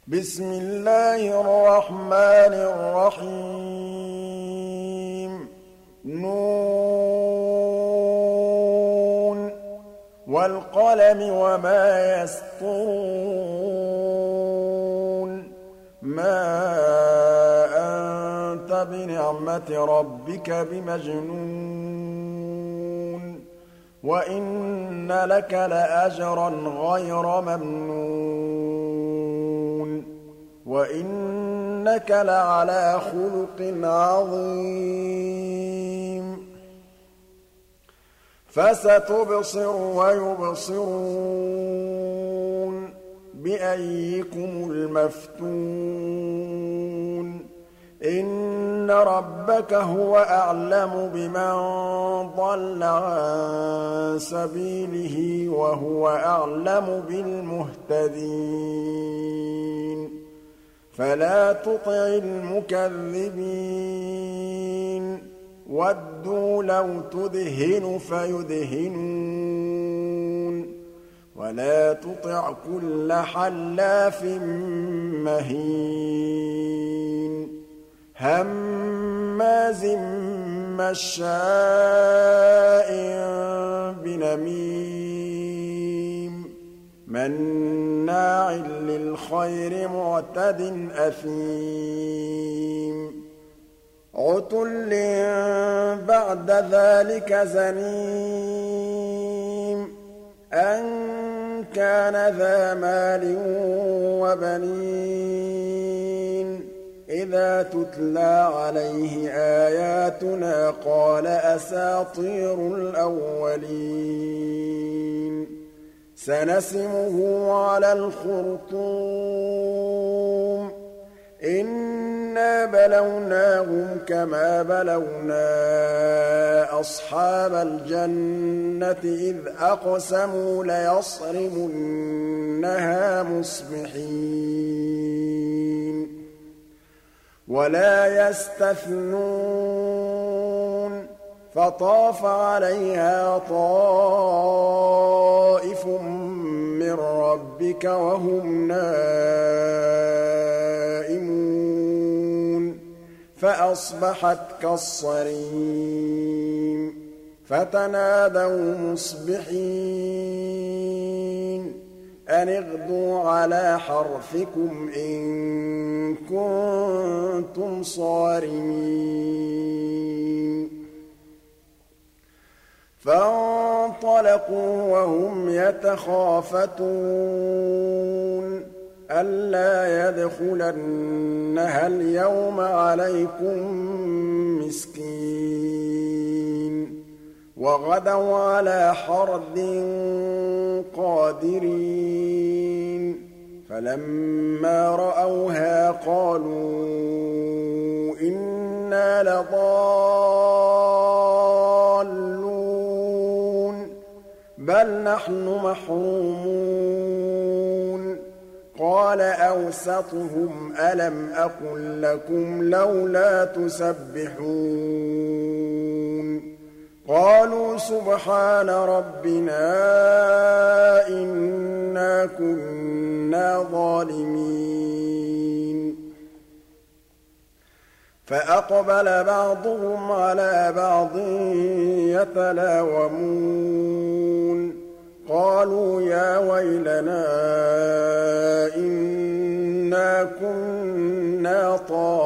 بسم الله الرحمن الرحيم نون والقلم وما يسطرون ما أنت بنعمة ربك بمجنون وإن لك لأجرا غير ممنون وإنك لعلى خلق عظيم فستبصر ويبصرون بأيكم المفتون إن ربك هو أعلم بمن ضل عن سبيله وهو أعلم بالمهتدين فلا تطع المكذبين ودوا لو تدهن فيدهنون ولا تطع كل حلاف مهين هماز مشاء بنميم مناع للخير معتد أثيم عتل بعد ذلك زنيم أن كان ذا مال وبنين إذا تتلى عليه آياتنا قال أساطير الأولين سنسمه على الخرطوم إنا بلوناهم كما بلونا أصحاب الجنة إذ أقسموا ليصرمنها مصبحين ولا يستثنون فطاف عليها طائف من ربك وهم نائمون فأصبحت كالصريم فتنادوا مصبحين أن اغدوا على حرثكم إن كنتم صارمين فانطلقوا وهم يتخافتون ألا يدخلنها اليوم عليكم مسكين وغدوا على حرد قادرين فلما رأوها قالوا إنا لضالون بل نحن محرومون قال أوسطهم ألم أقل لكم لولا تسبحون قالوا سبحان ربنا إنا كنا ظالمين فأقبل بعضهم على بعض يتلاومون قالوا يا ويلنا إنا كنا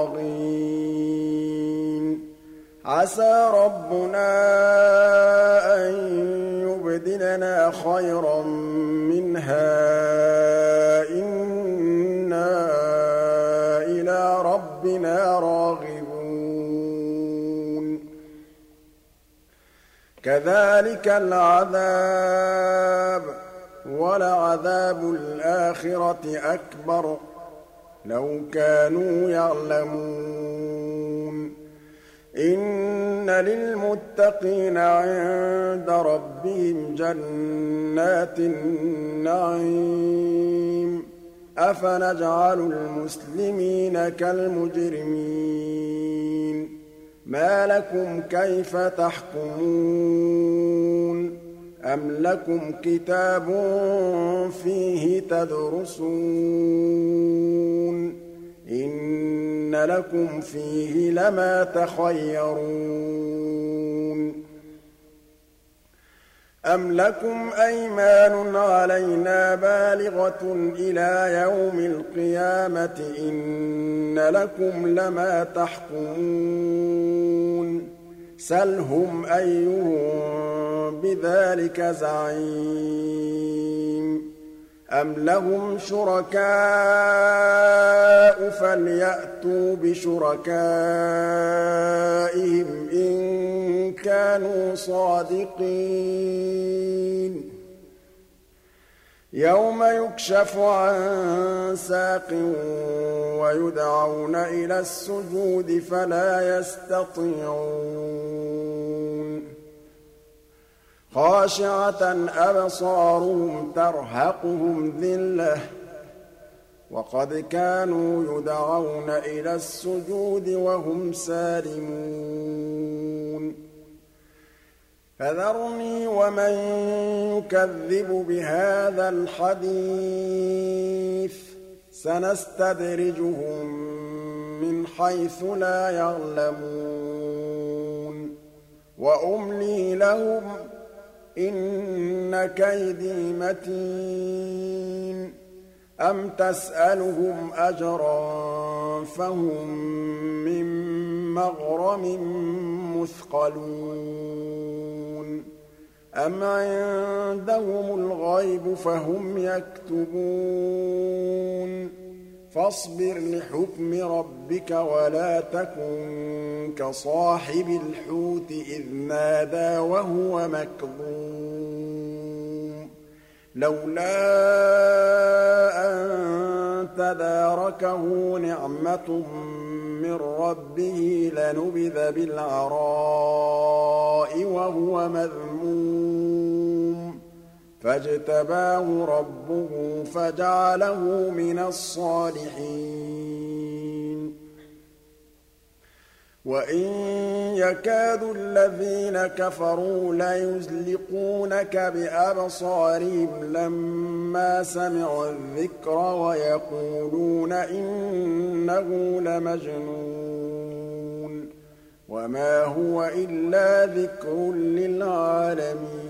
طاغين عسى ربنا أن يبدلنا خيرا منها إنا إلى ربنا راغبون كذلك العذاب ولعذاب الآخرة أكبر لو كانوا يعلمون إن للمتقين عند ربهم جنات النعيم أفنجعل المسلمين كالمجرمين ما لكم كيف تحكمون أَمْ لَكُمْ كِتَابٌ فِيهِ تَدْرُسُونَ إِنَّ لَكُمْ فِيهِ لَمَا تَخَيَّرُونَ أَمْ لَكُمْ أَيْمَانٌ عَلَيْنَا بَالِغَةٌ إِلَىٰ يَوْمِ الْقِيَامَةِ إِنَّ لَكُمْ لَمَا تَحْكُمُونَ سَلْهُمْ أَيُّهُم بِذَٰلِكَ زَعِيمٌ أَمْ لَهُمْ شُرَكَاءُ فَلْيَأْتُوا بِشُرَكَائِهِمْ إِن كَانُوا صَادِقِينَ يَوْمَ يُكْشَفُ عَن سَاقٍ وَيُدْعَوْنَ إِلَى السُّجُودِ فَلَا يَسْتَطِيعُونَ خَاشِعَةً أَبْصَارُهُمْ تَرْهَقُهُمْ ذِلَّةٌ وَقَدْ كَانُوا يُدْعَوْنَ إِلَى السُّجُودِ وَهُمْ سَالِمُونَ فَذَرْنِي وَمَن يُكَذِّبُ بِهَٰذَا الْحَدِيثِ سَنَسْتَدْرِجُهُم مِّنْ حَيْثُ لَا يَعْلَمُونَ وَأُمْلِي لَهُمْ ۚ إِنَّ كَيْدِي مَتِينٌ أَمْ تَسْأَلُهُمْ أَجْرًا فَهُم مِّن مَّغْرَمٍ مُّثْقَلُونَ أَمْ عِندَهُمُ الْغَيْبُ فَهُمْ يَكْتُبُونَ فَاصْبِرْ لِحُكْمِ رَبِّكَ وَلَا تَكُن كَصَاحِبِ الْحُوتِ إِذْ نَادَىٰ وَهُوَ مَكْظُومٌ لَّوْلَا أَن تَدَارَكَهُ نِعْمَةٌ مِّن رَّبِّهِ لَنُبِذَ بِالْعَرَاءِ وَهُوَ مَذْمُومٌ فَاجْتَبَاهُ رَبُّهُ فَجَعَلَهُ مِنَ الصَّالِحِينَ وَإِن يَكَادُ الَّذِينَ كَفَرُوا لَيُزْلِقُونَكَ بِأَبْصَارِهِمْ لَمَّا سَمِعُوا الذِّكْرَ وَيَقُولُونَ إِنَّهُ لَمَجْنُونٌ وَمَا هُوَ إِلَّا ذِكْرٌ لِّلْعَالَمِينَ